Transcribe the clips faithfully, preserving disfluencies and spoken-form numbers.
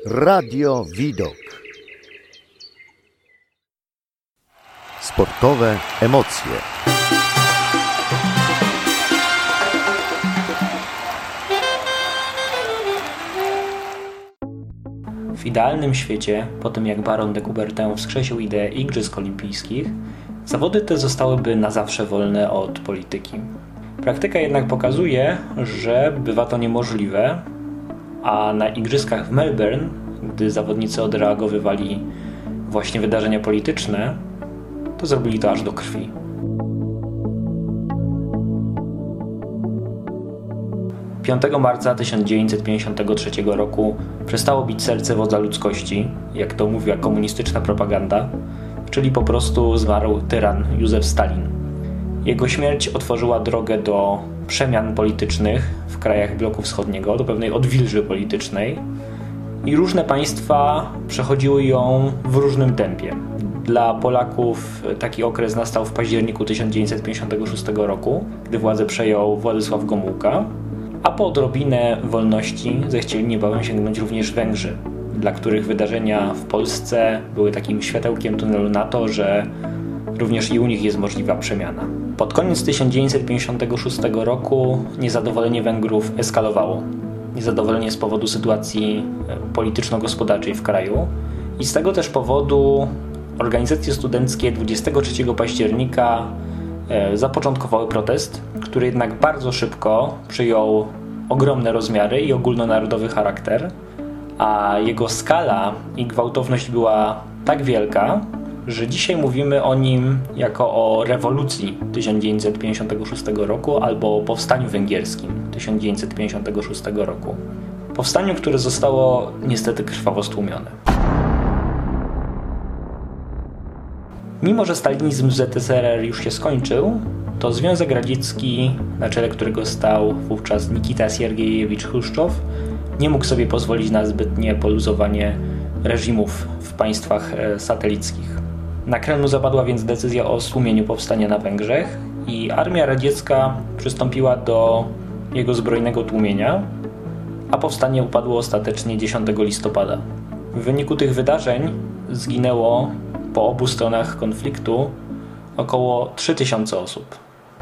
Radio Widok. Sportowe emocje. W idealnym świecie, po tym jak baron de Coubertin wskrzesił ideę Igrzysk Olimpijskich, zawody te zostałyby na zawsze wolne od polityki. Praktyka jednak pokazuje, że bywa to niemożliwe, a na Igrzyskach w Melbourne, gdy zawodnicy odreagowywali właśnie wydarzenia polityczne, to zrobili to aż do krwi. piątego marca tysiąc dziewięćset pięćdziesiątego trzeciego roku przestało bić serce wodza ludzkości, jak to mówiła komunistyczna propaganda, czyli po prostu zmarł tyran Józef Stalin. Jego śmierć otworzyła drogę do przemian politycznych w krajach bloku wschodniego, do pewnej odwilży politycznej i różne państwa przechodziły ją w różnym tempie. Dla Polaków taki okres nastał w październiku tysiąc dziewięćset pięćdziesiątego szóstego roku, gdy władzę przejął Władysław Gomułka, a po odrobinę wolności zechcieli niebawem sięgnąć również Węgrzy, dla których wydarzenia w Polsce były takim światełkiem tunelu na to, że również i u nich jest możliwa przemiana. Pod koniec tysiąc dziewięćset pięćdziesiątego szóstego roku niezadowolenie Węgrów eskalowało. Niezadowolenie z powodu sytuacji polityczno-gospodarczej w kraju i z tego też powodu organizacje studenckie dwudziestego trzeciego października zapoczątkowały protest, który jednak bardzo szybko przyjął ogromne rozmiary i ogólnonarodowy charakter, a jego skala i gwałtowność była tak wielka, że dzisiaj mówimy o nim jako o rewolucji tysiąc dziewięćset pięćdziesiątego szóstego roku albo o powstaniu węgierskim tysiąc dziewięćset pięćdziesiątego szóstego roku. Powstaniu, które zostało niestety krwawo stłumione. Mimo że stalinizm w Z S R R już się skończył, to Związek Radziecki, na czele którego stał wówczas Nikita Siergiejewicz Chruszczow, nie mógł sobie pozwolić na zbytnie poluzowanie reżimów w państwach satelickich. Na Kremlu zapadła więc decyzja o stłumieniu powstania na Węgrzech i armia radziecka przystąpiła do jego zbrojnego tłumienia, a powstanie upadło ostatecznie dziesiątego listopada. W wyniku tych wydarzeń zginęło po obu stronach konfliktu około trzy tysiące osób.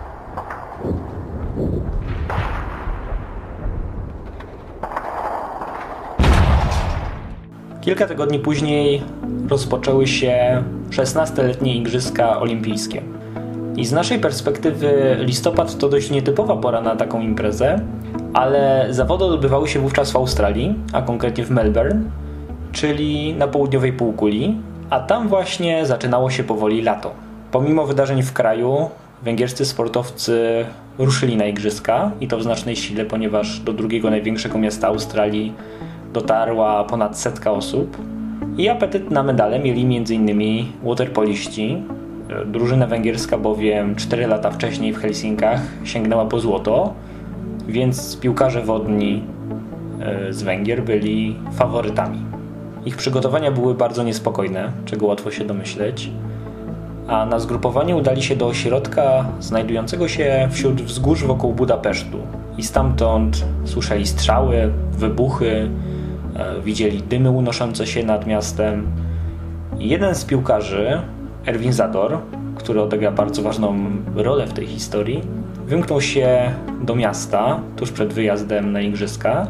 Kilka tygodni później rozpoczęły się szesnastoletnie Igrzyska Olimpijskie. I z naszej perspektywy listopad to dość nietypowa pora na taką imprezę, ale zawody odbywały się wówczas w Australii, a konkretnie w Melbourne, czyli na południowej półkuli, a tam właśnie zaczynało się powoli lato. Pomimo wydarzeń w kraju, węgierscy sportowcy ruszyli na Igrzyska i to w znacznej sile, ponieważ do drugiego największego miasta Australii dotarła ponad setka osób i apetyt na medale mieli m.in. waterpoliści. Drużyna węgierska bowiem cztery lata wcześniej w Helsinkach sięgnęła po złoto, więc piłkarze wodni z Węgier byli faworytami. Ich przygotowania były bardzo niespokojne, czego łatwo się domyśleć, a na zgrupowanie udali się do ośrodka znajdującego się wśród wzgórz wokół Budapesztu i stamtąd słyszeli strzały, wybuchy, widzieli dymy unoszące się nad miastem. Jeden z piłkarzy, Erwin Zador, który odegra bardzo ważną rolę w tej historii, wymknął się do miasta tuż przed wyjazdem na Igrzyska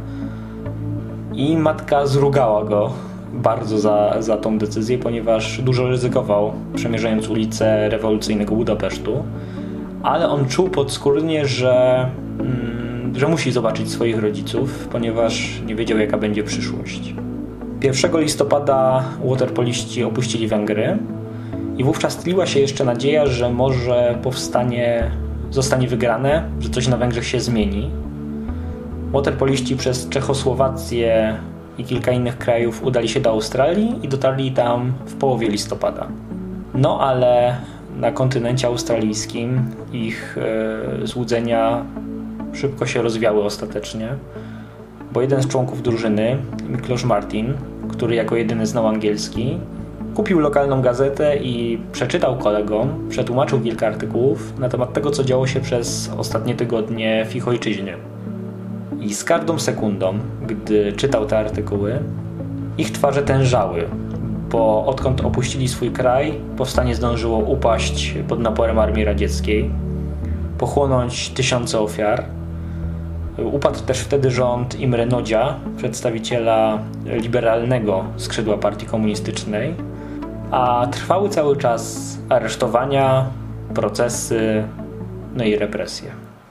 i matka zrugała go bardzo za, za tą decyzję, ponieważ dużo ryzykował, przemierzając ulice rewolucyjnego Budapesztu, ale on czuł podskórnie, że, mm, że musi zobaczyć swoich rodziców, ponieważ nie wiedział, jaka będzie przyszłość. pierwszego listopada waterpoliści opuścili Węgry i wówczas tliła się jeszcze nadzieja, że może powstanie zostanie wygrane, że coś na Węgrzech się zmieni. Waterpoliści przez Czechosłowację i kilka innych krajów udali się do Australii i dotarli tam w połowie listopada. No ale na kontynencie australijskim ich e, złudzenia szybko się rozwiały ostatecznie, bo jeden z członków drużyny, Miklosz Martin, który jako jedyny znał angielski, kupił lokalną gazetę i przeczytał kolegom, przetłumaczył kilka artykułów na temat tego, co działo się przez ostatnie tygodnie w ich ojczyźnie. I z każdą sekundą, gdy czytał te artykuły, Ich twarze tężały, bo odkąd opuścili swój kraj, powstanie zdążyło upaść pod naporem armii radzieckiej, pochłonąć tysiące ofiar. Upadł też wtedy rząd Imre Nodzia, przedstawiciela liberalnego skrzydła partii komunistycznej, a trwały cały czas aresztowania, procesy, no i represje.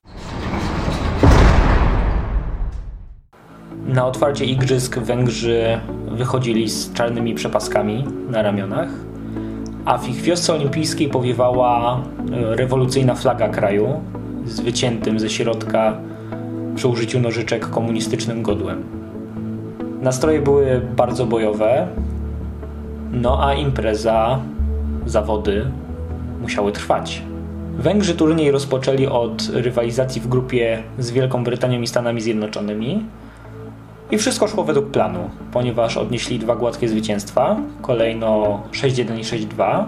Na otwarcie igrzysk Węgrzy wychodzili z czarnymi przepaskami na ramionach, a w ich wiosce olimpijskiej powiewała rewolucyjna flaga kraju z wyciętym ze środka przy użyciu nożyczek komunistycznym godłem. Nastroje były bardzo bojowe, no a impreza, zawody musiały trwać. Węgrzy turniej rozpoczęli od rywalizacji w grupie z Wielką Brytanią i Stanami Zjednoczonymi i wszystko szło według planu, ponieważ odnieśli dwa gładkie zwycięstwa, kolejno sześć jeden i sześć dwa,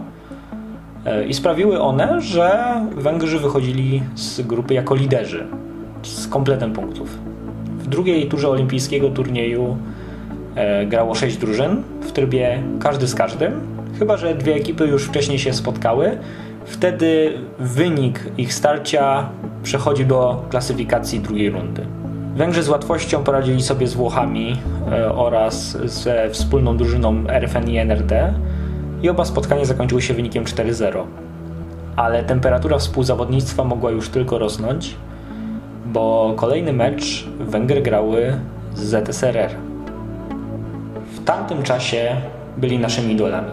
i sprawiły one, że Węgrzy wychodzili z grupy jako liderzy, z kompletem punktów. W drugiej turze olimpijskiego turnieju e, grało sześć drużyn w trybie każdy z każdym, chyba że dwie ekipy już wcześniej się spotkały. Wtedy wynik ich starcia przechodzi do klasyfikacji drugiej rundy. Węgrzy z łatwością poradzili sobie z Włochami e, oraz ze wspólną drużyną R F N i N R D i oba spotkania zakończyły się wynikiem cztery zero. Ale temperatura współzawodnictwa mogła już tylko rosnąć, bo kolejny mecz Węgry grały z Z S R R. W tamtym czasie byli naszymi idolami.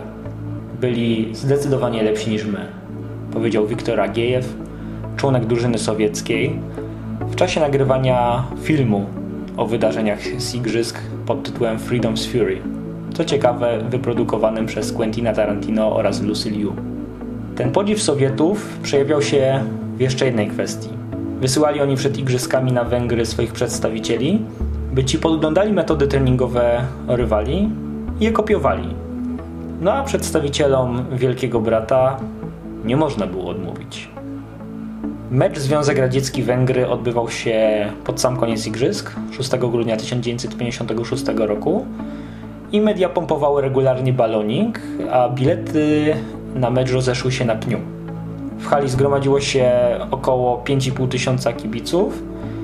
Byli zdecydowanie lepsi niż my, powiedział Wiktor Agiejew, członek drużyny sowieckiej, w czasie nagrywania filmu o wydarzeniach z igrzysk pod tytułem Freedom's Fury. Co ciekawe, wyprodukowanym przez Quentina Tarantino oraz Lucy Liu. Ten podziw Sowietów przejawiał się w jeszcze jednej kwestii. Wysyłali oni przed igrzyskami na Węgry swoich przedstawicieli, by ci podglądali metody treningowe rywali i je kopiowali. No a przedstawicielom Wielkiego Brata nie można było odmówić. Mecz Związek Radziecki-Węgry odbywał się pod sam koniec igrzysk, szóstego grudnia tysiąc dziewięćset pięćdziesiątego szóstego roku i media pompowały regularnie balonik, a bilety na mecz rozeszły się na pniu. W hali zgromadziło się około pięć i pół tysiąca kibiców,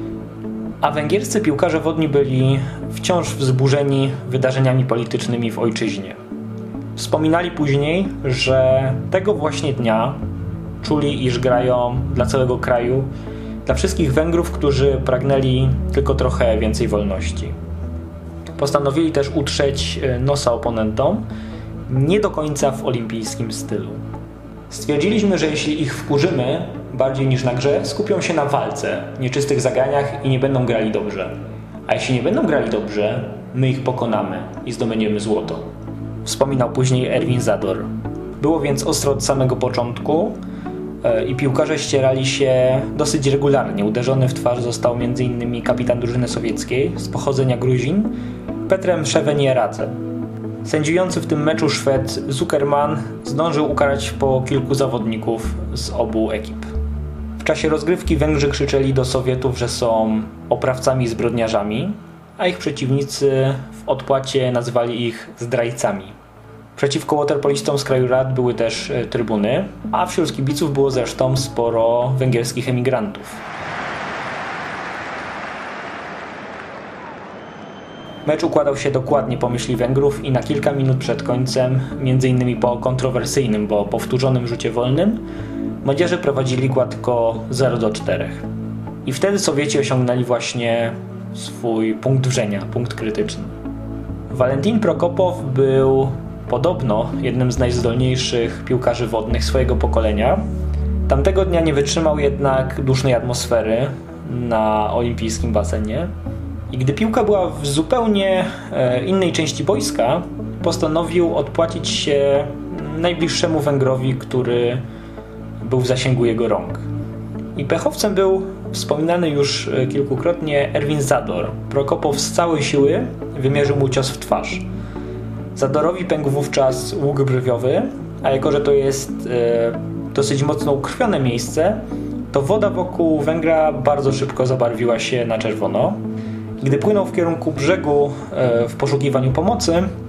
a węgierscy piłkarze wodni byli wciąż wzburzeni wydarzeniami politycznymi w ojczyźnie. Wspominali później, że tego właśnie dnia czuli, iż grają dla całego kraju, dla wszystkich Węgrów, którzy pragnęli tylko trochę więcej wolności. Postanowili też utrzeć nosa oponentom, nie do końca w olimpijskim stylu. Stwierdziliśmy, że jeśli ich wkurzymy bardziej niż na grze, skupią się na walce, nieczystych zagraniach i nie będą grali dobrze. A jeśli nie będą grali dobrze, my ich pokonamy i zdobędziemy złoto. Wspominał później Erwin Zador. Było więc ostro od samego początku i piłkarze ścierali się dosyć regularnie. Uderzony w twarz został m.in. kapitan drużyny sowieckiej z pochodzenia Gruzin, Petrem Szewenierace. Sędziujący w tym meczu Szwed Zuckerman zdążył ukarać po kilku zawodników z obu ekip. W czasie rozgrywki Węgrzy krzyczeli do Sowietów, że są oprawcami i zbrodniarzami, a ich przeciwnicy w odpłacie nazywali ich zdrajcami. Przeciwko waterpolistom z kraju rad były też trybuny, a wśród kibiców było zresztą sporo węgierskich emigrantów. Mecz układał się dokładnie po myśli Węgrów i na kilka minut przed końcem, między innymi po kontrowersyjnym, bo powtórzonym rzucie wolnym, młodzieże prowadzili gładko zero do czterech. I wtedy Sowieci osiągnęli właśnie swój punkt wrzenia, punkt krytyczny. Walentin Prokopow był podobno jednym z najzdolniejszych piłkarzy wodnych swojego pokolenia. Tamtego dnia nie wytrzymał jednak dusznej atmosfery na olimpijskim basenie. I gdy piłka była w zupełnie innej części boiska, postanowił odpłacić się najbliższemu Węgrowi, który był w zasięgu jego rąk. I pechowcem był wspominany już kilkukrotnie Erwin Zador. Prokopow z całej siły wymierzył mu cios w twarz. Zadorowi pękł wówczas łuk brwiowy, a jako że to jest e, dosyć mocno ukrwione miejsce, to woda wokół Węgra bardzo szybko zabarwiła się na czerwono. Gdy płynął w kierunku brzegu e, w poszukiwaniu pomocy,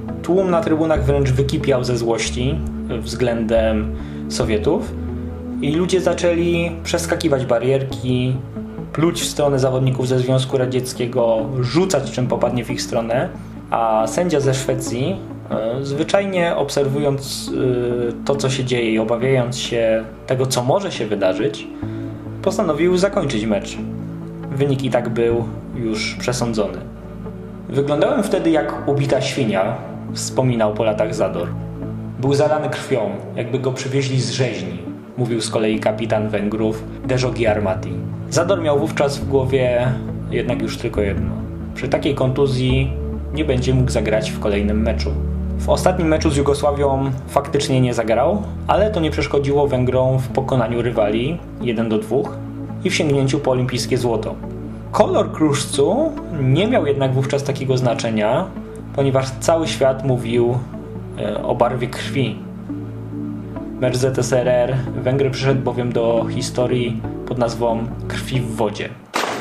Tłum na trybunach wręcz wykipiał ze złości względem Sowietów i ludzie zaczęli przeskakiwać barierki, pluć w stronę zawodników ze Związku Radzieckiego, rzucać czym popadnie w ich stronę, a sędzia ze Szwecji, zwyczajnie obserwując to, co się dzieje i obawiając się tego, co może się wydarzyć, postanowił zakończyć mecz. Wynik i tak był już przesądzony. Wyglądałem wtedy jak ubita świnia, wspominał po latach Zador. Był zalany krwią, jakby go przywieźli z rzeźni, mówił z kolei kapitan Węgrów Dejogi Armati. Zador miał wówczas w głowie jednak już tylko jedno. Przy takiej kontuzji nie będzie mógł zagrać w kolejnym meczu. W ostatnim meczu z Jugosławią faktycznie nie zagrał, ale to nie przeszkodziło Węgrom w pokonaniu rywali jeden do dwóch i w sięgnięciu po olimpijskie złoto. Kolor kruszcu nie miał jednak wówczas takiego znaczenia, ponieważ cały świat mówił o barwie krwi. Mecz Z S R R Węgry przyszedł bowiem do historii pod nazwą krwi w wodzie.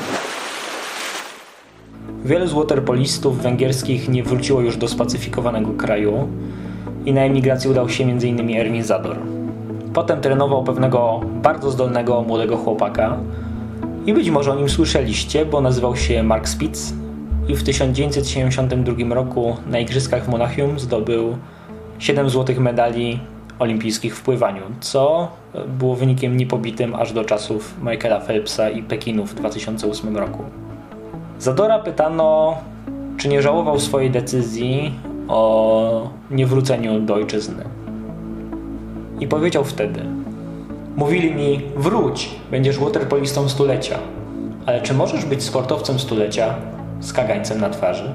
Wielu z waterpolistów węgierskich nie wróciło już do spacyfikowanego kraju i na emigrację udał się między innymi Erwin Zador. Potem trenował pewnego bardzo zdolnego młodego chłopaka i być może o nim słyszeliście, bo nazywał się Mark Spitz i w tysiąc dziewięćset siedemdziesiątym drugim roku na igrzyskach w Monachium zdobył siedem złotych medali olimpijskich w pływaniu, co było wynikiem niepobitym aż do czasów Michaela Phelpsa i Pekinu w dwa tysiące ósmym roku. Zadora pytano, czy nie żałował swojej decyzji o niewróceniu do ojczyzny. I powiedział wtedy: mówili mi, wróć, będziesz waterpolistą stulecia, ale czy możesz być sportowcem stulecia z kagańcem na twarzy?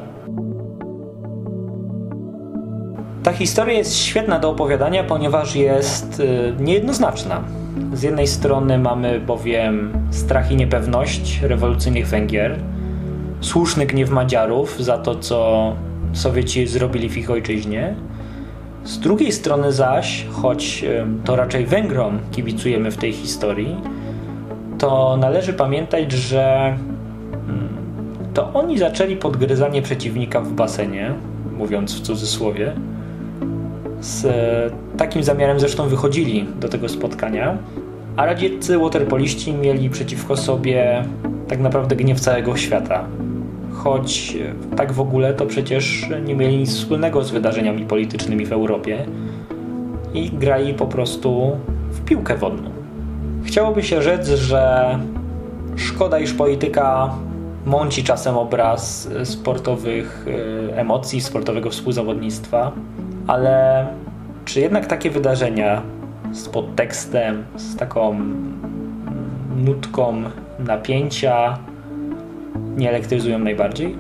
Ta historia jest świetna do opowiadania, ponieważ jest y, niejednoznaczna. Z jednej strony mamy bowiem strach i niepewność rewolucyjnych Węgier, słuszny gniew Madziarów za to, co Sowieci zrobili w ich ojczyźnie. Z drugiej strony zaś, choć y, to raczej Węgrom kibicujemy w tej historii, to należy pamiętać, że y, to oni zaczęli podgryzanie przeciwnika w basenie, mówiąc w cudzysłowie. Z takim zamiarem zresztą wychodzili do tego spotkania, a radzieccy waterpoliści mieli przeciwko sobie tak naprawdę gniew całego świata. Choć tak w ogóle to przecież nie mieli nic wspólnego z wydarzeniami politycznymi w Europie i grali po prostu w piłkę wodną. Chciałoby się rzec, że szkoda, iż polityka mąci czasem obraz sportowych emocji, sportowego współzawodnictwa, ale czy jednak takie wydarzenia z podtekstem, z taką nutką napięcia nie elektryzują najbardziej?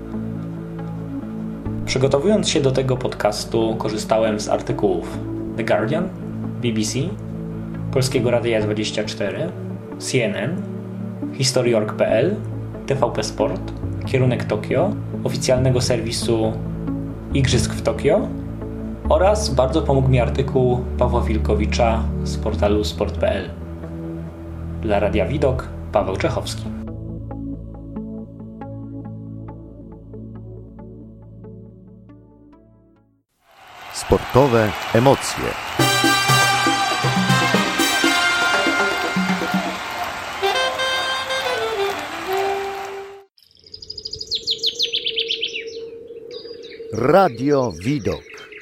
Przygotowując się do tego podcastu, korzystałem z artykułów The Guardian, B B C, Polskiego Radia dwadzieścia cztery, C N N, historyjork kropka p l, T V P Sport, Kierunek Tokio, oficjalnego serwisu Igrzysk w Tokio oraz bardzo pomógł mi artykuł Pawła Wilkowicza z portalu sport kropka p l. Dla Radia Widok, Paweł Czechowski. Sportowe emocje. Radio Widok.